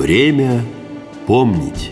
Время помнить.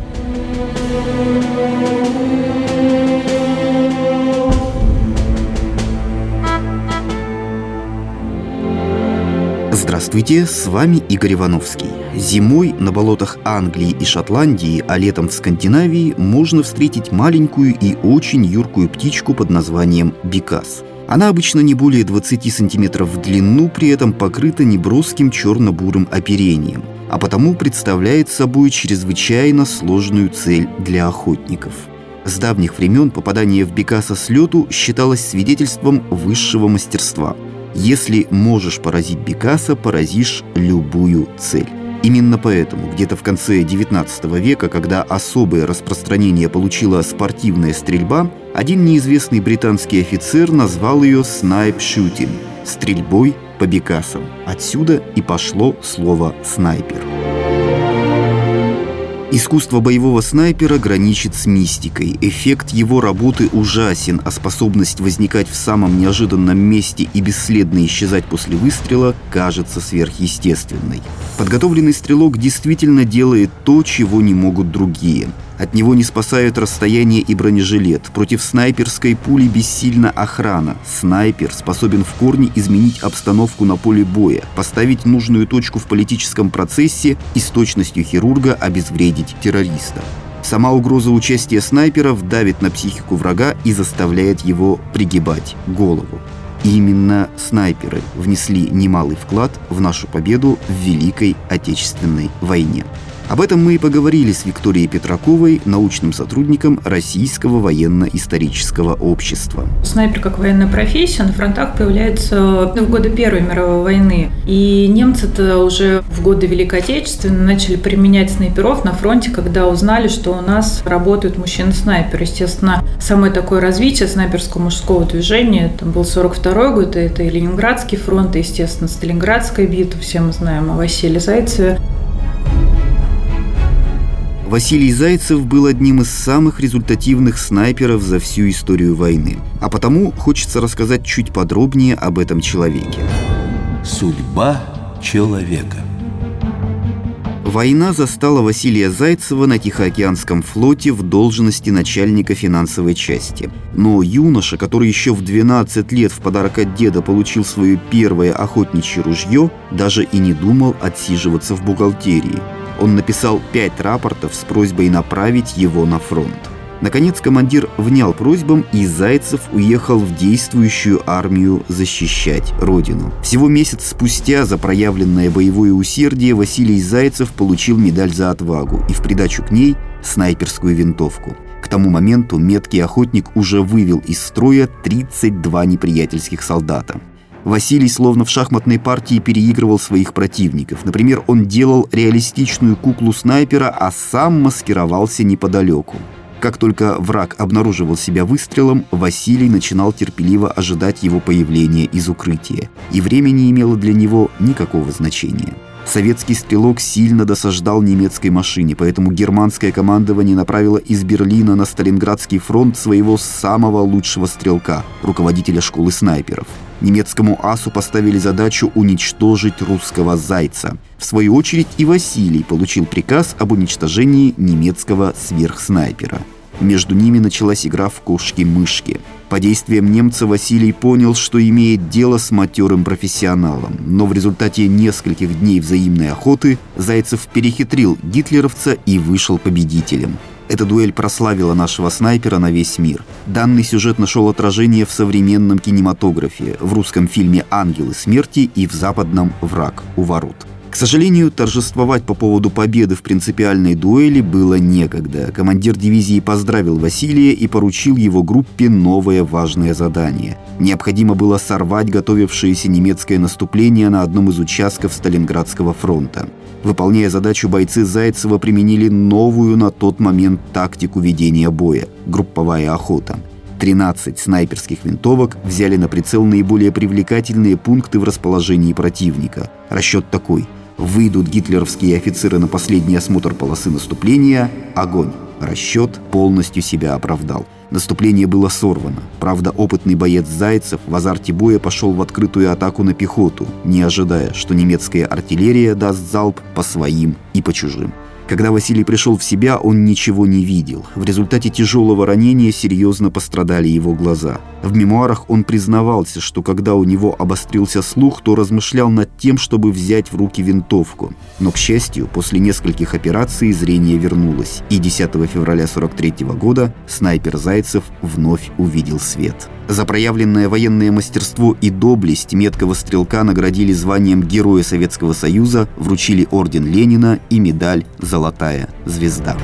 Здравствуйте, с вами Игорь Ивановский. Зимой на болотах Англии и Шотландии, а летом в Скандинавии можно встретить маленькую и очень юркую птичку под названием бекас. Она обычно не более 20 сантиметров в длину, при этом покрыта неброским черно-бурым оперением, а потому представляет собой чрезвычайно сложную цель для охотников. С давних времен попадание в бекаса с лету считалось свидетельством высшего мастерства. Если можешь поразить бекаса, поразишь любую цель. Именно поэтому где-то в конце XIX века, когда особое распространение получила спортивная стрельба, один неизвестный британский офицер назвал ее «снайп-шутинг» – стрельбой по бекасам. Отсюда и пошло слово «снайпер». Искусство боевого снайпера граничит с мистикой. Эффект его работы ужасен, а способность возникать в самом неожиданном месте и бесследно исчезать после выстрела кажется сверхъестественной. Подготовленный стрелок действительно делает то, чего не могут другие. От него не спасают расстояние и бронежилет. Против снайперской пули бессильна охрана. Снайпер способен в корне изменить обстановку на поле боя, поставить нужную точку в политическом процессе и с точностью хирурга обезвредить террориста. Сама угроза участия снайперов давит на психику врага и заставляет его пригибать голову. Именно снайперы внесли немалый вклад в нашу победу в Великой Отечественной войне. Об этом мы и поговорили с Викторией Петраковой, научным сотрудником Российского военно-исторического общества. Снайпер как военная профессия на фронтах появляется в годы Первой мировой войны. И немцы-то уже в годы Великой Отечественной начали применять снайперов на фронте, когда узнали, что у нас работают мужчины-снайперы. Естественно, самое такое развитие снайперского мужского движения, это был 42-й год, это и Ленинградский фронт, и, естественно, Сталинградская битва, все мы знаем о Василии Зайцеве. Василий Зайцев был одним из самых результативных снайперов за всю историю войны. А потому хочется рассказать чуть подробнее об этом человеке. Судьба человека. Война застала Василия Зайцева на Тихоокеанском флоте в должности начальника финансовой части. Но юноша, который еще в 12 лет в подарок от деда получил свое первое охотничье ружье, даже и не думал отсиживаться в бухгалтерии. Он написал 5 рапортов с просьбой направить его на фронт. Наконец командир внял просьбам, и Зайцев уехал в действующую армию защищать родину. Всего месяц спустя за проявленное боевое усердие Василий Зайцев получил медаль за отвагу и в придачу к ней снайперскую винтовку. К тому моменту меткий охотник уже вывел из строя 32 неприятельских солдата. Василий словно в шахматной партии переигрывал своих противников. Например, он делал реалистичную куклу снайпера, а сам маскировался неподалеку. Как только враг обнаруживал себя выстрелом, Василий начинал терпеливо ожидать его появления из укрытия. И время не имело для него никакого значения. Советский стрелок сильно досаждал немецкой машине, поэтому германское командование направило из Берлина на Сталинградский фронт своего самого лучшего стрелка, руководителя школы снайперов. Немецкому асу поставили задачу уничтожить русского Зайца. В свою очередь и Василий получил приказ об уничтожении немецкого сверхснайпера. Между ними началась игра в кошки-мышки. По действиям немца Василий понял, что имеет дело с матерым профессионалом. Но в результате нескольких дней взаимной охоты Зайцев перехитрил гитлеровца и вышел победителем. Эта дуэль прославила нашего снайпера на весь мир. Данный сюжет нашел отражение в современном кинематографе, в русском фильме «Ангелы смерти» и в западном «Враг у ворот». К сожалению, торжествовать по поводу победы в принципиальной дуэли было некогда. Командир дивизии поздравил Василия и поручил его группе новое важное задание. Необходимо было сорвать готовившееся немецкое наступление на одном из участков Сталинградского фронта. Выполняя задачу, бойцы Зайцева применили новую на тот момент тактику ведения боя – групповая охота. 13 снайперских винтовок взяли на прицел наиболее привлекательные пункты в расположении противника. Расчет такой – выйдут гитлеровские офицеры на последний осмотр полосы наступления – огонь. Расчет полностью себя оправдал. Наступление было сорвано. Правда, опытный боец Зайцев в азарте боя пошел в открытую атаку на пехоту, не ожидая, что немецкая артиллерия даст залп по своим и по чужим. Когда Василий пришел в себя, он ничего не видел. В результате тяжелого ранения серьезно пострадали его глаза. В мемуарах он признавался, что когда у него обострился слух, то размышлял над тем, чтобы взять в руки винтовку. Но, к счастью, после нескольких операций зрение вернулось, и 10 февраля 1943 года снайпер Зайцев вновь увидел свет. За проявленное военное мастерство и доблесть меткого стрелка наградили званием Героя Советского Союза, вручили орден Ленина и медаль «Золотая звезда».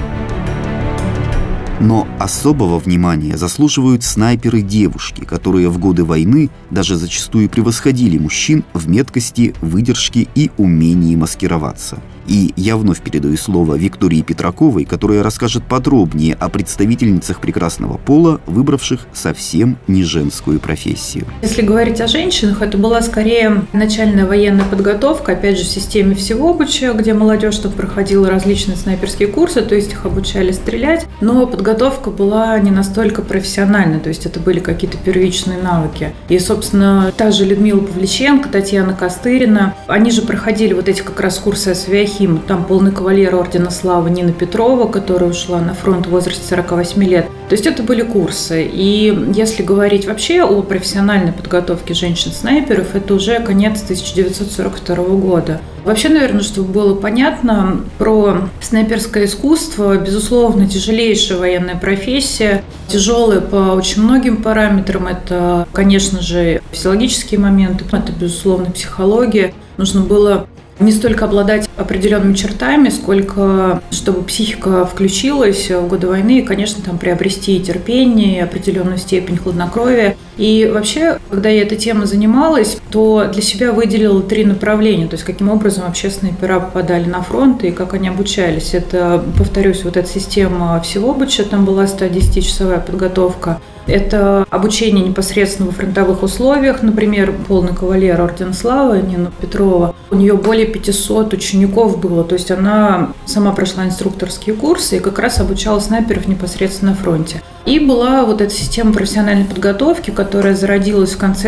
Но особого внимания заслуживают снайперы-девушки, которые в годы войны даже зачастую превосходили мужчин в меткости, выдержке и умении маскироваться. И я вновь передаю слово Виктории Петраковой, которая расскажет подробнее о представительницах прекрасного пола, выбравших совсем не женскую профессию. Если говорить о женщинах, это была скорее начальная военная подготовка, опять же, в системе всеобуча, где молодежь проходила различные снайперские курсы, то есть их обучали стрелять, но подготовка была не настолько профессиональной, то есть это были какие-то первичные навыки. И, собственно, та же Людмила Павличенко, Татьяна Костырина, они же проходили вот эти как раз курсы СВЯХИМ. Там полный кавалер ордена Славы Нина Петрова, которая ушла на фронт в возрасте 48 лет. То есть это были курсы. И если говорить вообще о профессиональной подготовке женщин-снайперов, это уже конец 1942 года. Вообще, наверное, чтобы было понятно, про снайперское искусство, безусловно, тяжелейшая военная профессия, тяжелая по очень многим параметрам. Это, конечно же, физиологические моменты, это, безусловно, психология. Нужно было не столько обладать определенными чертами, сколько чтобы психика включилась в годы войны и, конечно, там приобрести терпение, и определенную степень хладнокровия. И вообще, когда я этой темой занималась, то для себя выделила 3 направления, то есть каким образом вообще снайпера попадали на фронт и как они обучались. Это, повторюсь, вот эта система всеобуча, там была 110-часовая подготовка. Это обучение непосредственно во фронтовых условиях. Например, полный кавалер ордена Славы Нина Петрова. У нее более 500 учеников было. То есть она сама прошла инструкторские курсы и как раз обучала снайперов непосредственно на фронте. И была вот эта система профессиональной подготовки, которая зародилась в конце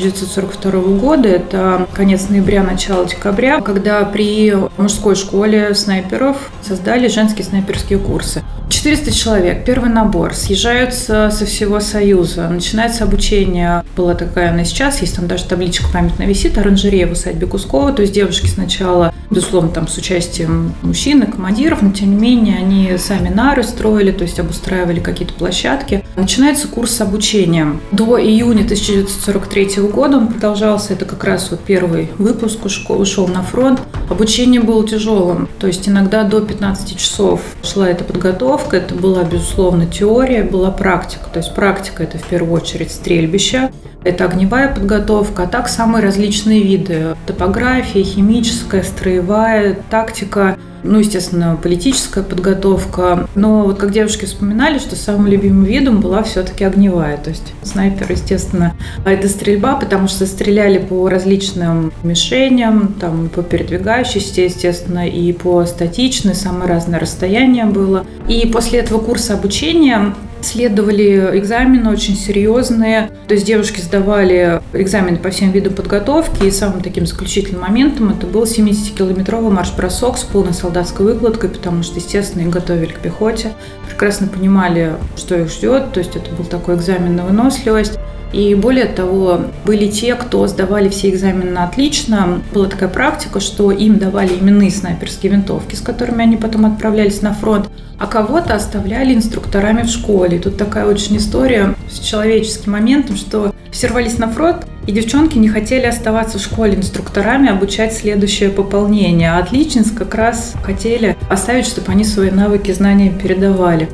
1942 года. Это конец ноября, начало декабря, когда при мужской школе снайперов создали женские снайперские курсы. 400 человек, первый набор, съезжаются со всего Союза, начинается обучение. Была такая, она сейчас есть, там даже табличка памятная висит, оранжерея в усадьбе Кускова, то есть девушки сначала, безусловно, там с участием мужчин и командиров, но тем не менее они сами нары строили, то есть обустраивали какие-то площадки. Начинается курс обучения. До июня 1943 года он продолжался, это как раз вот первый выпуск ушел на фронт. Обучение было тяжелым, то есть иногда до 15 часов шла эта подготовка. Это была, безусловно, теория, была практика. То есть практика – это в первую очередь стрельбище, это огневая подготовка, а так самые различные виды. Топография, химическая, строевая, тактика, естественно, политическая подготовка. Но вот как девушки вспоминали, что самым любимым видом была все-таки огневая. То есть снайпер, естественно, это стрельба, потому что стреляли по различным мишеням, там, по передвигающейся, естественно, и по статичной, самые разные расстояния было. И после этого курса обучения следовали экзамены очень серьезные. То есть девушки сдавали экзамены по всем видам подготовки, и самым таким заключительным моментом это был 70-километровый марш-бросок с полной солдатской выкладкой, потому что, естественно, их готовили к пехоте, прекрасно понимали, что их ждет, то есть это был такой экзамен на выносливость. И более того, были те, кто сдавали все экзамены на отлично. Была такая практика, что им давали именные снайперские винтовки, с которыми они потом отправлялись на фронт, а кого-то оставляли инструкторами в школе. И тут такая очень история с человеческим моментом, что все рвались на фронт, и девчонки не хотели оставаться в школе инструкторами, обучать следующее пополнение. А отличниц как раз хотели оставить, чтобы они свои навыки, знания передавали.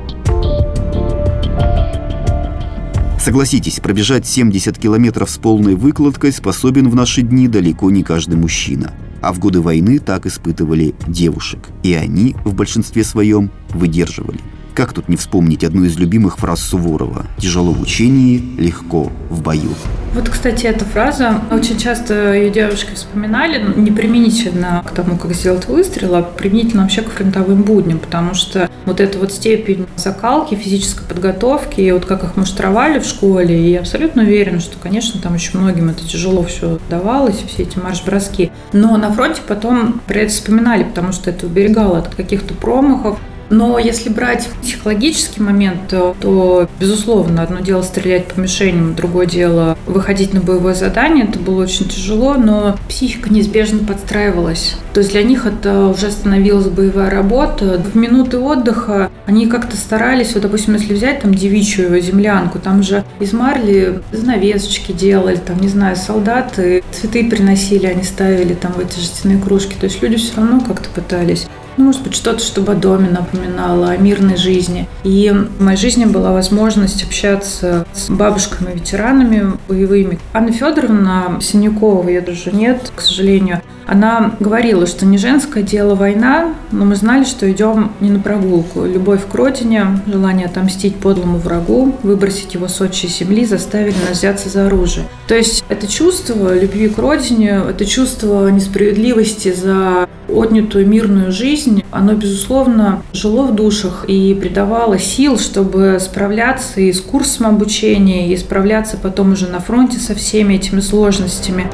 Согласитесь, пробежать 70 километров с полной выкладкой способен в наши дни далеко не каждый мужчина. А в годы войны так испытывали девушек. И они в большинстве своем выдерживали. Как тут не вспомнить одну из любимых фраз Суворова: «Тяжело в учении, легко в бою». Вот, кстати, эта фраза, очень часто ее девушки вспоминали, не применительно к тому, как сделать выстрел, а применительно вообще к фронтовым будням, потому что вот эта вот степень закалки, физической подготовки, и вот как их муштровали в школе, и я абсолютно уверена, что, конечно, там еще многим это тяжело все давалось, все эти марш-броски. Но на фронте потом про это вспоминали, потому что это уберегало от каких-то промахов. Но если брать психологический момент, то, безусловно, одно дело стрелять по мишеням, другое дело выходить на боевое задание. Это было очень тяжело, но психика неизбежно подстраивалась. То есть для них это уже становилась боевая работа. В минуты отдыха они как-то старались, вот, допустим, если взять там девичью землянку, там же из марли занавесочки делали, там, не знаю, солдаты цветы приносили, они ставили там в эти жестяные кружки. То есть люди все равно как-то пытались. Может быть, что-то, чтобы о доме напоминало, о мирной жизни. И в моей жизни была возможность общаться с бабушками-ветеранами боевыми. Анна Федоровна Синякова, ее даже нет, к сожалению, она говорила, что не женское дело война, но мы знали, что идем не на прогулку. Любовь к родине, желание отомстить подлому врагу, выбросить его с отчей земли заставили нас взяться за оружие. То есть это чувство любви к родине, это чувство несправедливости за отнятую мирную жизнь, оно, безусловно, жило в душах и придавало сил, чтобы справляться и с курсом обучения, и справляться потом уже на фронте со всеми этими сложностями.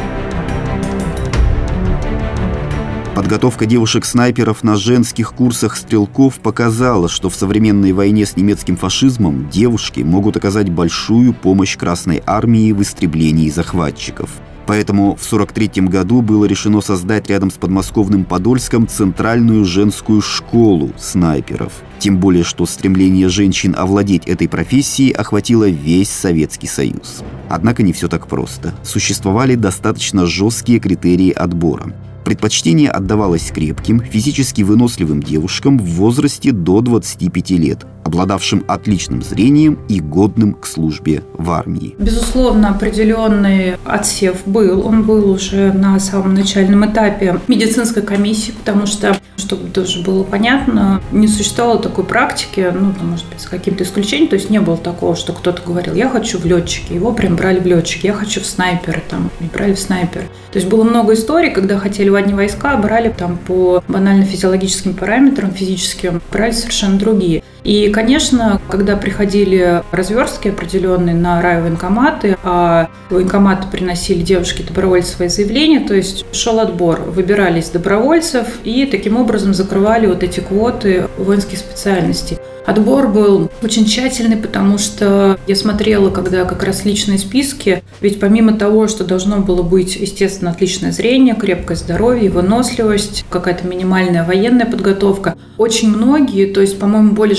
Подготовка девушек-снайперов на женских курсах стрелков показала, что в современной войне с немецким фашизмом девушки могут оказать большую помощь Красной армии в истреблении захватчиков. Поэтому в 1943 году было решено создать рядом с подмосковным Подольском центральную женскую школу снайперов. Тем более, что стремление женщин овладеть этой профессией охватило весь Советский Союз. Однако не все так просто. Существовали достаточно жесткие критерии отбора. Предпочтение отдавалось крепким, физически выносливым девушкам в возрасте до 25 лет, обладавшим отличным зрением и годным к службе в армии. Безусловно, определенный отсев был. Он был уже на самом начальном этапе медицинской комиссии, потому что, чтобы тоже было понятно, не существовало такой практики, может быть, с каким-то исключением, то есть не было такого, что кто-то говорил: я хочу в летчики, его прям брали в летчики, я хочу в снайперы, и брали в снайперы. То есть было много историй, когда хотели в одни войска, брали по банально физиологическим параметрам, физическим, брали совершенно другие. И, конечно, когда приходили разверстки определенные на райвоенкоматы, а военкоматы приносили девушки-добровольцы свои заявления, то есть шел отбор, выбирались добровольцев и таким образом закрывали вот эти квоты воинских специальностей. Отбор был очень тщательный, потому что я смотрела, когда как раз личные списки, ведь помимо того, что должно было быть, естественно, отличное зрение, крепкое здоровье, выносливость, какая-то минимальная военная подготовка, очень многие, то есть, по-моему, более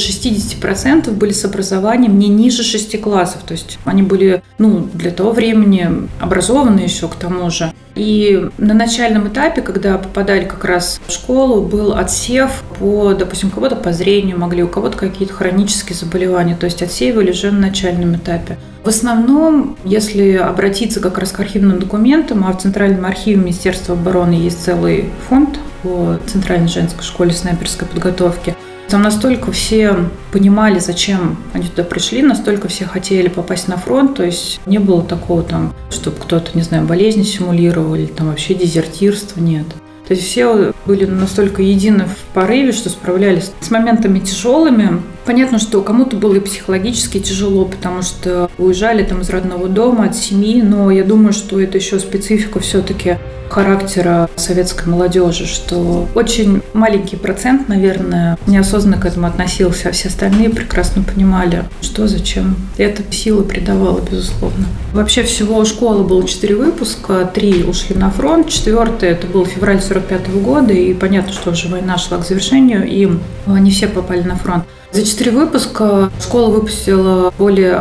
60% были с образованием не ниже 6 классов, то есть они были, для того времени образованы еще к тому же. И на начальном этапе, когда попадали как раз в школу, был отсев допустим, у кого-то по зрению могли, у кого-то какие-то хронические заболевания, то есть отсеивали уже на начальном этапе. В основном, если обратиться как раз к архивным документам, а в Центральном архиве Министерства обороны есть целый фонд по Центральной женской школе снайперской подготовки, там настолько все понимали, зачем они туда пришли, настолько все хотели попасть на фронт, то есть не было такого чтобы кто-то, болезни симулировал или вообще дезертирство, нет. То есть все были настолько едины в порыве, что справлялись с моментами тяжелыми. Понятно, что кому-то было и психологически тяжело, потому что уезжали из родного дома, от семьи, но я думаю, что это еще специфика все-таки характера советской молодежи, что очень маленький процент, наверное, неосознанно к этому относился, а все остальные прекрасно понимали, что, зачем. И это силы придавало, безусловно. Вообще всего у школы было 4 выпуска, 3 ушли на фронт, 4-й это был февраль 1945 года, и понятно, что уже война шла к завершению, и не все попали на фронт. За 4 выпуска школа выпустила более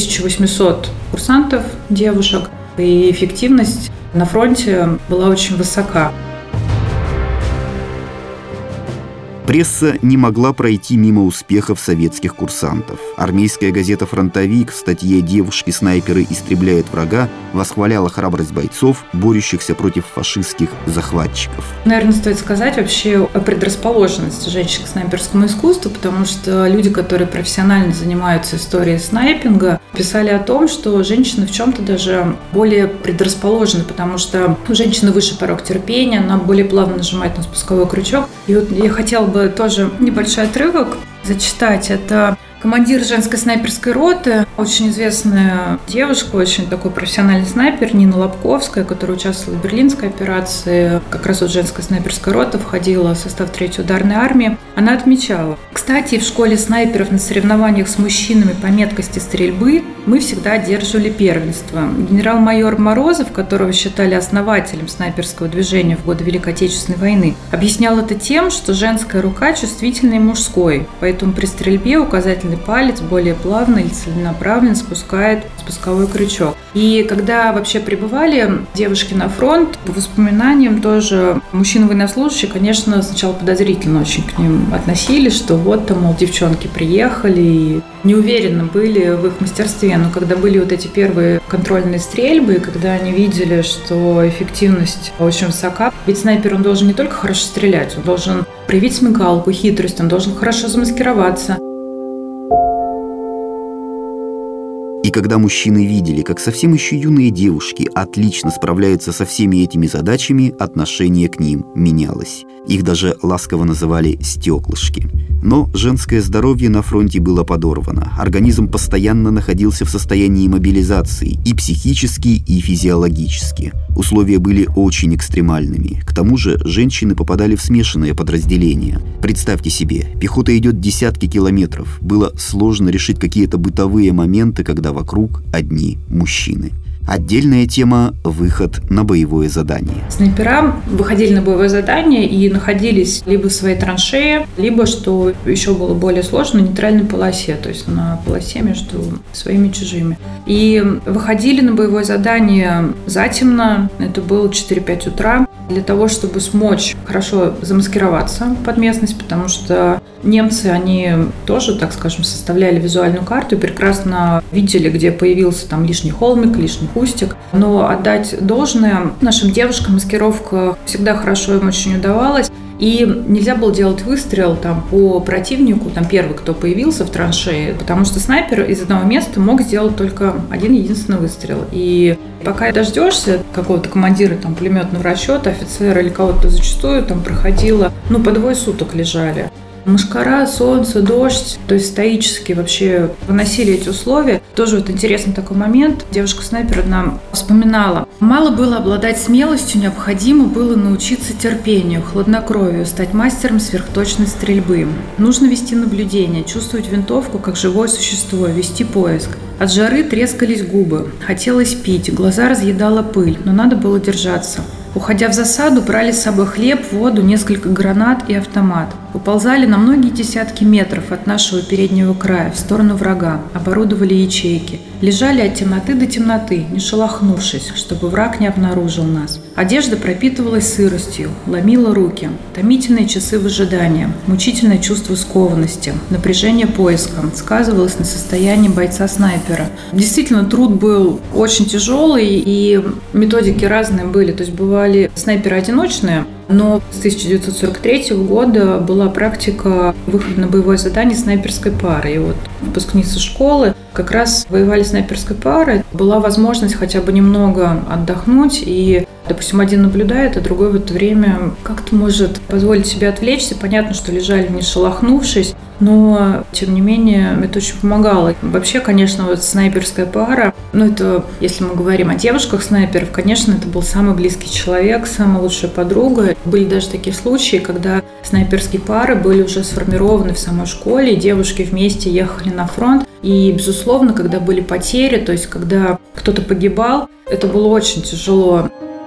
1800 курсантов, девушек, и эффективность на фронте была очень высока. Пресса не могла пройти мимо успехов советских курсантов. Армейская газета «Фронтовик» в статье «Девушки-снайперы истребляют врага» восхваляла храбрость бойцов, борющихся против фашистских захватчиков. Наверное, стоит сказать вообще о предрасположенности женщин к снайперскому искусству, потому что люди, которые профессионально занимаются историей снайпинга, писали о том, что женщины в чем-то даже более предрасположены, потому что у женщины выше порог терпения, она более плавно нажимает на спусковой крючок. И вот я хотела бы тоже небольшой отрывок зачитать. Это командир женской снайперской роты, очень известная девушка, очень такой профессиональный снайпер Нина Лобковская, которая участвовала в Берлинской операции. Как раз вот женская снайперская рота входила в состав 3-й ударной армии. Она отмечала: кстати, в школе снайперов на соревнованиях с мужчинами по меткости стрельбы мы всегда одерживали первенство. Генерал-майор Морозов, которого считали основателем снайперского движения в годы Великой Отечественной войны, объяснял это тем, что женская рука чувствительнее мужской, поэтому при стрельбе указательный палец более плавно и целенаправленно спускает спусковой крючок. И когда вообще прибывали девушки на фронт, по воспоминаниям тоже мужчины военнослужащие, конечно, сначала подозрительно очень к ним относились, что вот там, мол, девчонки приехали и не уверены были в их мастерстве. Но когда были вот эти первые контрольные стрельбы, когда они видели, что эффективность очень высока, ведь снайпер, он должен не только хорошо стрелять, он должен проявить смекалку, хитрость, он должен хорошо замаскироваться. И когда мужчины видели, как совсем еще юные девушки отлично справляются со всеми этими задачами, отношение к ним менялось. Их даже ласково называли «стеклышки». Но женское здоровье на фронте было подорвано. Организм постоянно находился в состоянии мобилизации и психически, и физиологически. Условия были очень экстремальными. К тому же женщины попадали в смешанное подразделение. Представьте себе, пехота идет десятки километров. Было сложно решить какие-то бытовые моменты, когда вокруг одни мужчины. Отдельная тема – выход на боевое задание. Снайпера выходили на боевое задание и находились либо в своей траншее, либо, что еще было более сложно, на нейтральной полосе, то есть на полосе между своими и чужими. И выходили на боевое задание затемно, это было 4-5 утра, для того, чтобы смочь хорошо замаскироваться под местность, потому что немцы, они тоже, так скажем, составляли визуальную карту и прекрасно видели, где появился там лишний холмик, лишний кустик. Но отдать должное нашим девушкам, маскировка всегда хорошо им очень удавалась. И нельзя было делать выстрел там, по противнику, там первый, кто появился в траншее, потому что снайпер из одного места мог сделать только один единственный выстрел. И пока дождешься какого-то командира там, пулеметного расчета, офицера или кого-то, зачастую там проходило, по 2 суток лежали. Мошкара, солнце, дождь, то есть стоически вообще выносили эти условия. Тоже вот интересный такой момент. Девушка-снайпер нам вспоминала. Мало было обладать смелостью, необходимо было научиться терпению, хладнокровию, стать мастером сверхточной стрельбы. Нужно вести наблюдение, чувствовать винтовку как живое существо, вести поиск. От жары трескались губы, хотелось пить, глаза разъедала пыль, но надо было держаться. Уходя в засаду, брали с собой хлеб, воду, несколько гранат и автомат. Уползали на многие десятки метров от нашего переднего края в сторону врага, оборудовали ячейки. Лежали от темноты до темноты, не шелохнувшись, чтобы враг не обнаружил нас. Одежда пропитывалась сыростью, ломила руки. Томительные часы выжидания, мучительное чувство скованности, напряжение поиска сказывалось на состоянии бойца-снайпера. Действительно, труд был очень тяжелый, и методики разные были. То есть бывали снайперы одиночные, но с 1943 года была практика выхода на боевое задание снайперской пары. И вот выпускницы школы как раз воевали снайперской парой. Была возможность хотя бы немного отдохнуть и, допустим, один наблюдает, а другой в это время как-то может позволить себе отвлечься. Понятно, что лежали не шелохнувшись, но, тем не менее, это очень помогало. Вообще, конечно, вот снайперская пара, это, если мы говорим о девушках-снайперов, конечно, это был самый близкий человек, самая лучшая подруга. Были даже такие случаи, когда снайперские пары были уже сформированы в самой школе, и девушки вместе ехали на фронт. И, безусловно, когда были потери, то есть когда кто-то погибал, это было очень тяжело.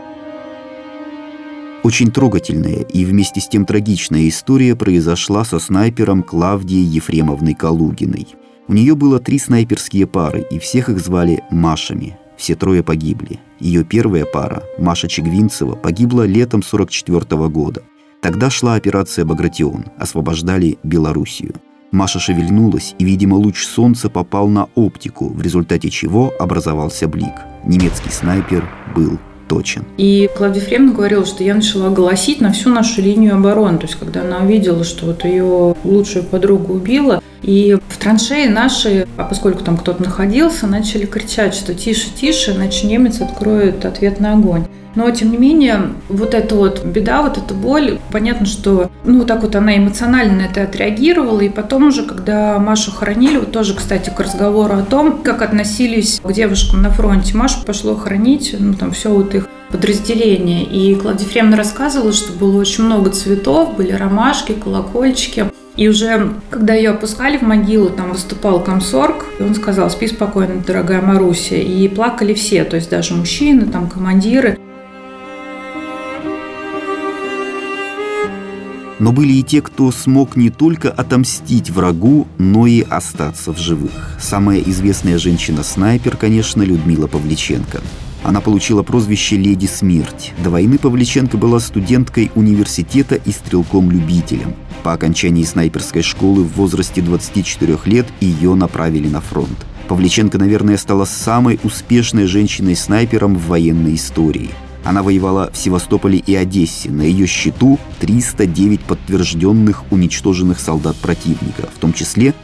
Очень трогательная и вместе с тем трагичная история произошла со снайпером Клавдией Ефремовной Калугиной. У нее было 3 снайперские пары, и всех их звали Машами. Все 3 погибли. Ее первая пара, Маша Чегвинцева, погибла летом 1944 года. Тогда шла операция «Багратион», освобождали Белоруссию. Маша шевельнулась, и, видимо, луч солнца попал на оптику, в результате чего образовался блик. Немецкий снайпер был точен. И Клавдия Ефремовна говорила, что я начала голосить на всю нашу линию обороны. То есть, когда она увидела, что вот ее лучшую подругу убила, и в траншеи наши, а поскольку там кто-то находился, начали кричать, что тише, тише, иначе немец откроет ответный огонь. Но, тем не менее, вот эта вот беда, вот эта боль, понятно, что, вот так вот она эмоционально на это отреагировала. И потом уже, когда Машу хоронили, вот тоже, кстати, к разговору о том, как относились к девушкам на фронте. Машу пошло хоронить, там все вот их подразделение. И Клавдия Ефремовна рассказывала, что было очень много цветов, были ромашки, колокольчики. И уже, когда ее опускали в могилу, там выступал комсорг, и он сказал: «Спи спокойно, дорогая Маруся». И плакали все, то есть даже мужчины, там командиры. Но были и те, кто смог не только отомстить врагу, но и остаться в живых. Самая известная женщина-снайпер, конечно, Людмила Павличенко. Она получила прозвище «Леди Смерть». До войны Павличенко была студенткой университета и стрелком-любителем. По окончании снайперской школы в возрасте 24 лет ее направили на фронт. Павличенко, наверное, стала самой успешной женщиной-снайпером в военной истории. Она воевала в Севастополе и Одессе. На ее счету 309 подтвержденных уничтоженных солдат противника, в том числе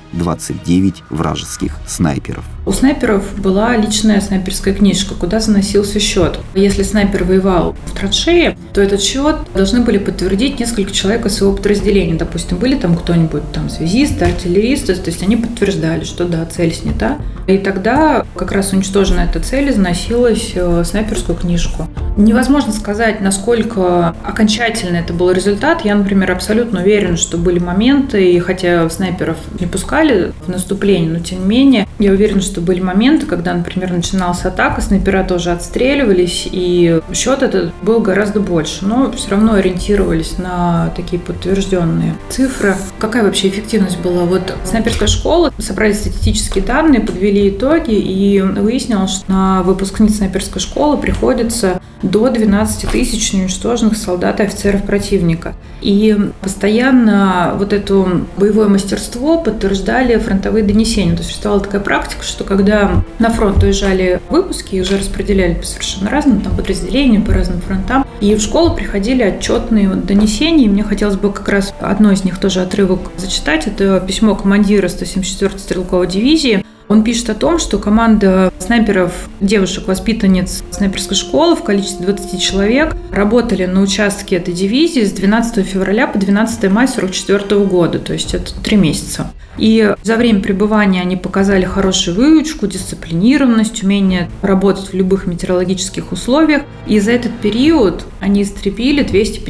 29 вражеских снайперов. У снайперов была личная снайперская книжка, куда заносился счет. Если снайпер воевал в траншее, то этот счет должны были подтвердить несколько человек из своего подразделения. Допустим, были там кто-нибудь, там связисты, артиллеристы, то есть они подтверждали, что да, цель снята. И тогда как раз уничтоженная эта цель заносилась в снайперскую книжку. Невозможно сказать, насколько окончательно это был результат. Я, например, абсолютно уверена, что были моменты, и хотя снайперов не пускали в наступление, но тем не менее, я уверена, что были моменты, когда, например, начиналась атака, снайпера тоже отстреливались, и счет этот был гораздо больше, но все равно ориентировались на такие подтвержденные цифры. Какая вообще эффективность была? Вот снайперская школа, собрали статистические данные, подвели итоги, и выяснилось, что на выпускниц снайперской школы приходится до 12 тысяч неуничтоженных солдат и офицеров противника. И постоянно вот это боевое мастерство подтверждали фронтовые донесения. То есть существовала такая практика, что когда на фронт уезжали выпуски, их уже распределяли по совершенно разным там подразделениям, по разным фронтам. И в школу приходили отчетные донесения. И мне хотелось бы как раз одно из них тоже отрывок зачитать. Это письмо командира 174-й стрелковой дивизии. Он пишет о том, что команда снайперов, девушек-воспитанниц снайперской школы в количестве 20 человек работали на участке этой дивизии с 12 февраля по 12 мая 1944 года, то есть это 3 месяца. И за время пребывания они показали хорошую выучку, дисциплинированность, умение работать в любых метеорологических условиях. И за этот период они истребили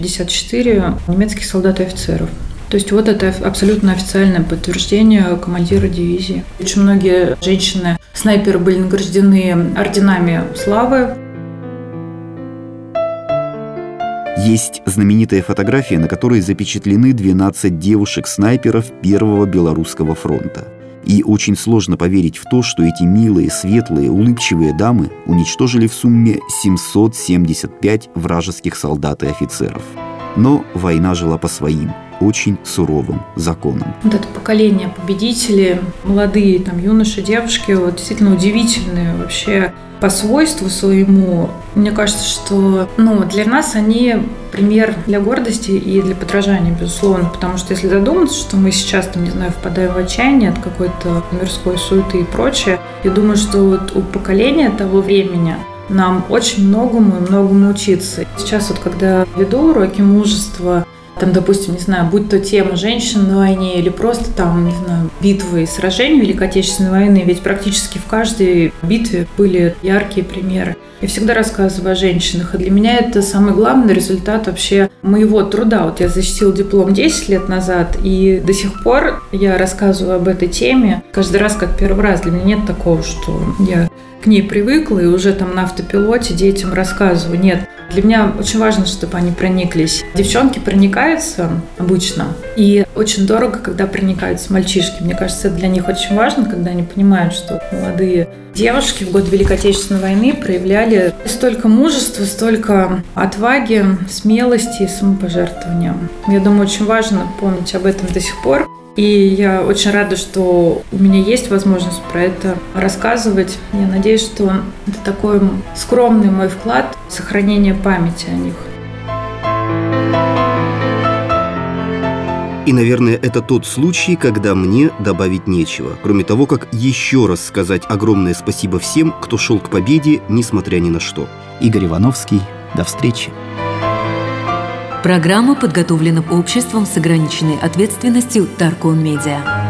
254 немецких солдат и офицеров. То есть вот это абсолютно официальное подтверждение командира дивизии. Очень многие женщины-снайперы были награждены орденами славы. Есть знаменитая фотография, на которой запечатлены 12 девушек-снайперов Первого Белорусского фронта. И очень сложно поверить в то, что эти милые, светлые, улыбчивые дамы уничтожили в сумме 775 вражеских солдат и офицеров. Но война жила по своим, очень суровым законам. Вот это поколение победителей, молодые там юноши, девушки, вот действительно удивительные вообще по свойству своему. Мне кажется, что для нас они пример для гордости и для подражания, безусловно, потому что если задуматься, что мы сейчас, впадаем в отчаяние от какой-то мирской суеты и прочее, я думаю, что вот у поколения того времени нам очень многому учиться. Сейчас вот, когда веду уроки мужества, там, допустим, будь то тема женщин на войне или просто битвы и сражения Великой Отечественной войны, ведь практически в каждой битве были яркие примеры. Я всегда рассказываю о женщинах, и для меня это самый главный результат вообще моего труда. Вот я защитила диплом 10 лет назад, и до сих пор я рассказываю об этой теме каждый раз как первый раз. Для меня нет такого, что я к ней привыкла и уже там на автопилоте детям рассказываю. Нет, для меня очень важно, чтобы они прониклись. Девчонки проникаются обычно, и очень дорого, когда проникаются мальчишки. Мне кажется, это для них очень важно, когда они понимают, что молодые девушки в год Великой Отечественной войны проявляли столько мужества, столько отваги, смелости и самопожертвования. Я думаю, очень важно помнить об этом до сих пор. И я очень рада, что у меня есть возможность про это рассказывать. Я надеюсь, что это такой скромный мой вклад в сохранение памяти о них. И, наверное, это тот случай, когда мне добавить нечего, кроме того, как еще раз сказать огромное спасибо всем, кто шел к победе, несмотря ни на что. Игорь Ивановский. До встречи. Программа подготовлена обществом с ограниченной ответственностью Таркон Медиа.